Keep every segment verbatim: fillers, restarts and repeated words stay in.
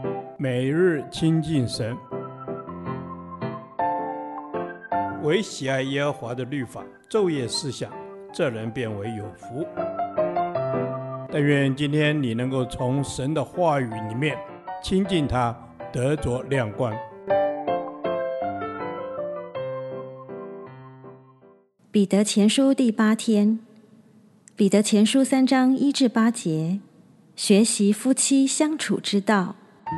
每日亲近神，唯喜爱耶和华的律法，昼夜思想，这人变为有福。但愿今天你能够从神的话语里面亲近他，得着亮光。 彼得前书第八天，彼得前书三章一至八节，学习夫妻相处之道。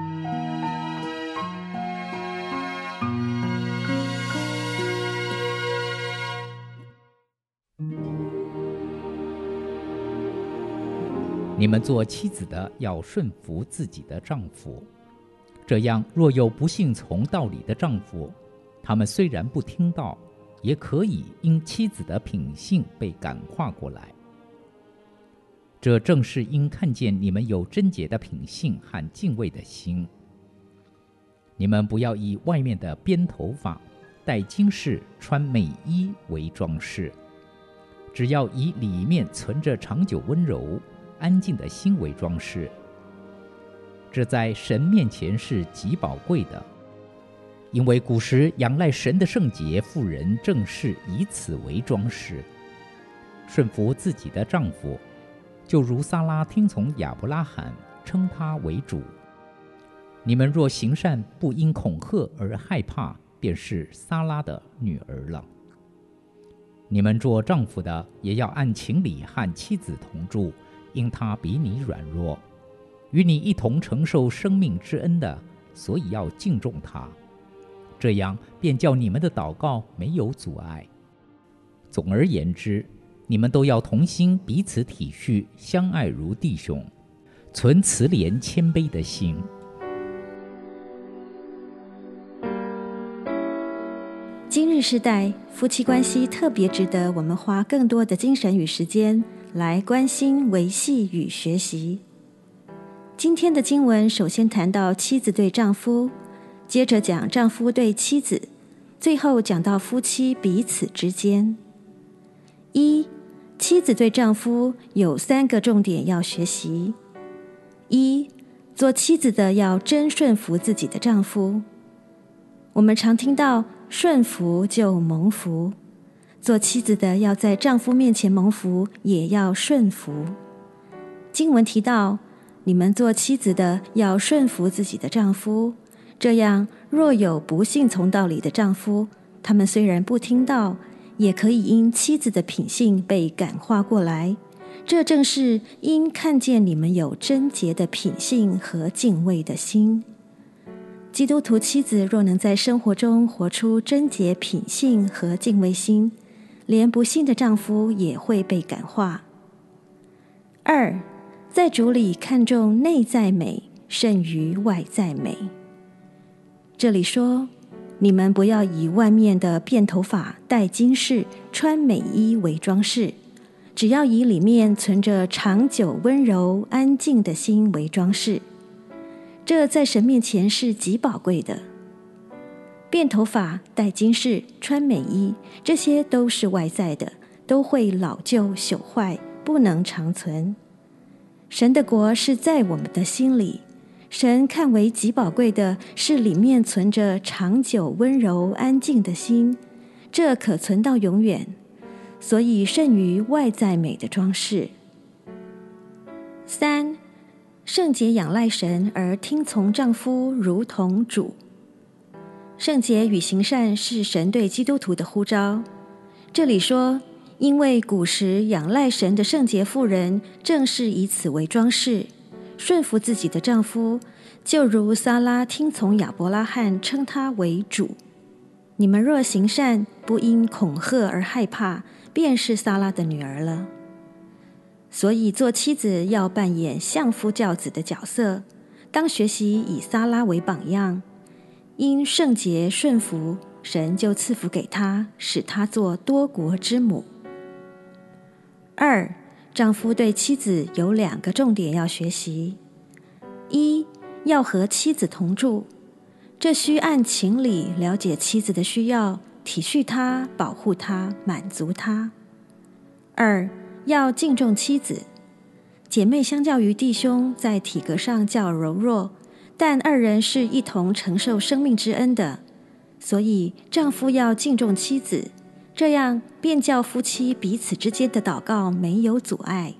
你们做妻子的要顺服自己的丈夫，这样若有不信从道理的丈夫，他们虽然不听道，也可以因妻子的品性被感化过来。这正是因看见你们有贞洁的品性和敬畏的心。你们不要以外面的编头发、戴金饰、穿美衣为装饰，只要以里面存着长久温柔安静的心为装饰，这在神面前是极宝贵的。因为古时仰赖神的圣洁妇人正是以此为装饰，顺服自己的丈夫，就如撒拉听从亚伯拉罕，称他为主。你们若行善，不因恐吓而害怕，便是撒拉的女儿了。你们做丈夫的，也要按情理和妻子同住，因他比你软弱，与你一同承受生命之恩的，所以要敬重他，这样便叫你们的祷告没有阻碍。总而言之，你们都要同心，彼此体恤，相爱如弟兄，存慈怜谦卑的心。 今日世代，夫妻关系特别值得我们花更多的精神与时间来关心、维系与学习。今天的经文首先谈到妻子对丈夫，接着讲丈夫对妻子，最后讲到夫妻彼此之间。一、妻子对丈夫有三个重点要学习。一、做妻子的要真顺服自己的丈夫。我们常听到顺服就蒙福，做妻子的要在丈夫面前蒙福，也要顺服。经文提到，你们做妻子的要顺服自己的丈夫，这样若有不信从道理的丈夫，他们虽然不听道，也可以因妻子的品性被感化过来。这正是因看见你们有贞洁的品性和敬畏的心。基督徒妻子若能在生活中活出贞洁品性和敬畏心，连不信的丈夫也会被感化。二、在主里看重内在美胜于外在美。这里说，你们不要以外面的辫头发、戴金饰、穿美衣为装饰，只要以里面存着长久温柔安静的心为装饰。这在神面前是极宝贵的。辫头发、戴金饰、穿美衣，这些都是外在的，都会老旧朽坏，不能长存。神的国是在我们的心里，神看为极宝贵的是里面存着长久温柔安静的心，这可存到永远，所以胜于外在美的装饰。三、圣洁仰赖神而听从丈夫如同主。圣洁与行善是神对基督徒的呼召。这里说，因为古时仰赖神的圣洁妇人正是以此为装饰，顺服自己的丈夫，就如撒拉听从亚伯拉罕，称他为主。你们若行善，不因恐吓而害怕，便是撒拉的女儿了。所以做妻子要扮演相夫教子的角色，当学习以撒拉为榜样，因圣洁顺服，神就赐福给他，使他做多国之母。二、丈夫对妻子有两个重点要学习。一、要和妻子同住，这需按情理了解妻子的需要，体恤她，保护她，满足她。二、要敬重妻子。姐妹相较于弟兄，在体格上较柔弱， 但二人是一同承受生命之恩的，所以丈夫要敬重妻子，这样便叫夫妻彼此之间的祷告没有阻碍。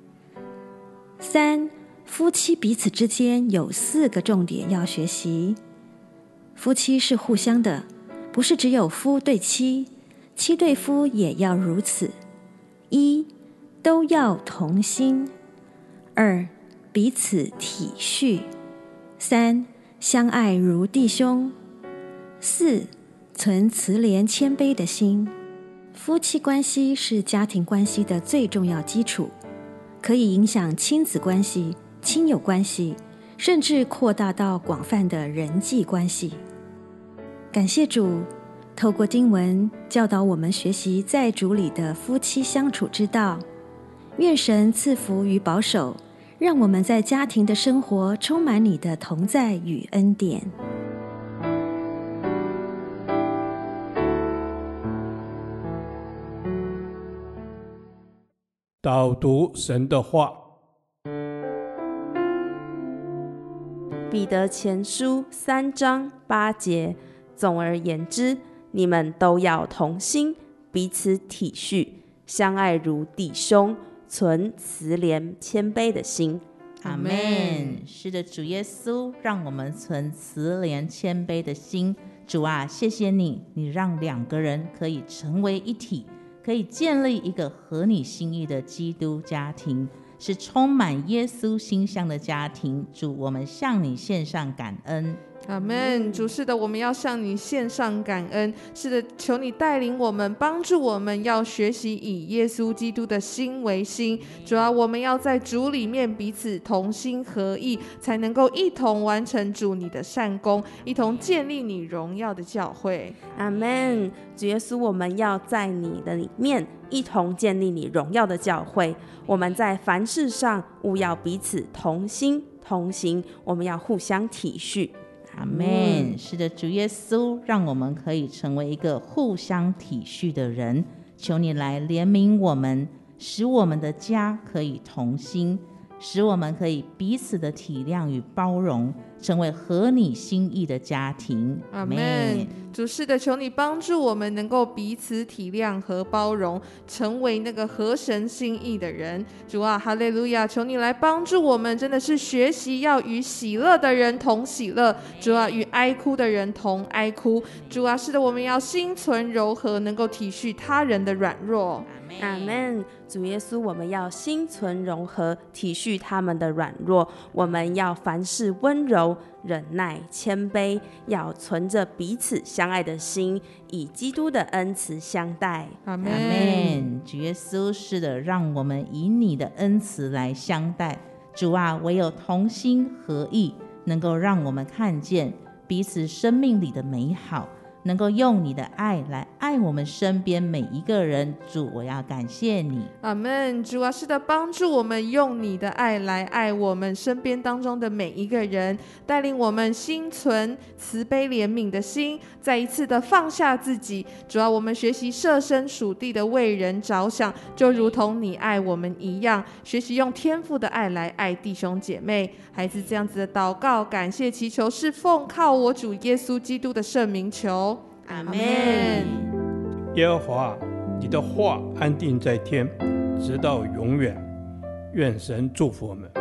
三，夫妻彼此之间有四个重点要学习。夫妻是互相的，不是只有夫对妻，妻对夫也要如此。一，都要同心；二，彼此体恤；三，相爱如弟兄；四，存慈怜谦卑的心。夫妻关系是家庭关系的最重要基础，可以影响亲子关系、亲友关系，甚至扩大到广泛的人际关系。感谢主，透过经文教导我们学习在主里的夫妻相处之道。愿神赐福与保守，让我们在家庭的生活充满你的同在与恩典。 导读神的话。 彼得前书三章八节，总而言之，你们都要同心，彼此体恤，相爱如弟兄，存慈怜谦卑的心。 阿们。是的，主耶稣，让我们存慈怜谦卑的心。主啊，谢谢你，你让两个人可以成为一体，可以建立一个合你心意的基督家庭，是充满耶稣馨香的家庭。主，我们向你献上感恩。 阿们。主，是的，我们要向你献上感恩。是的，求你带领我们，帮助我们，要学习以耶稣基督的心为心。主啊，我们要在主里面彼此同心合意，才能够一同完成主你的善功，一同建立你荣耀的教会。 阿们。主耶稣，我们要在你的里面一同建立你荣耀的教会。我们在凡事上务要彼此同心同行，我们要互相体恤。 阿们。是的，主耶稣，让我们可以成为一个互相体恤的人。求你来怜悯我们，使我们的家可以同心，使我们可以彼此的体谅与包容，成为合你心意的家庭。 阿们。主，是的，求你帮助我们能够彼此体谅和包容，成为那个合神心意的人。主啊，哈利路亚！求你来帮助我们，真的是学习要与喜乐的人同喜乐，主啊，与哀哭的人同哀哭。主啊，是的，我们要心存柔和，能够体恤他人的软弱。 阿们。主耶稣，我们要心存柔和，体恤他们的软弱，我们要凡事温柔、忍耐、谦卑，要存着彼此相爱的心，以基督的恩慈相待。 阿们。 阿们。主耶稣，是的，让我们以你的恩慈来相待。主啊，唯有同心合意，能够让我们看见彼此生命里的美好，能够用你的爱来爱我们身边每一个人。主，我要感谢你。 阿们。主啊，是的，帮助我们用你的爱来爱我们身边当中的每一个人，带领我们心存慈悲怜悯的心，再一次的放下自己。主啊，我们学习设身处地的为人着想，就如同你爱我们一样，学习用天父的爱来爱弟兄姐妹。孩子这样子的祷告感谢祈求，是奉靠我主耶稣基督的圣名求。 阿们。 耶和华，你的话安定在天，直到永远。愿神祝福我们。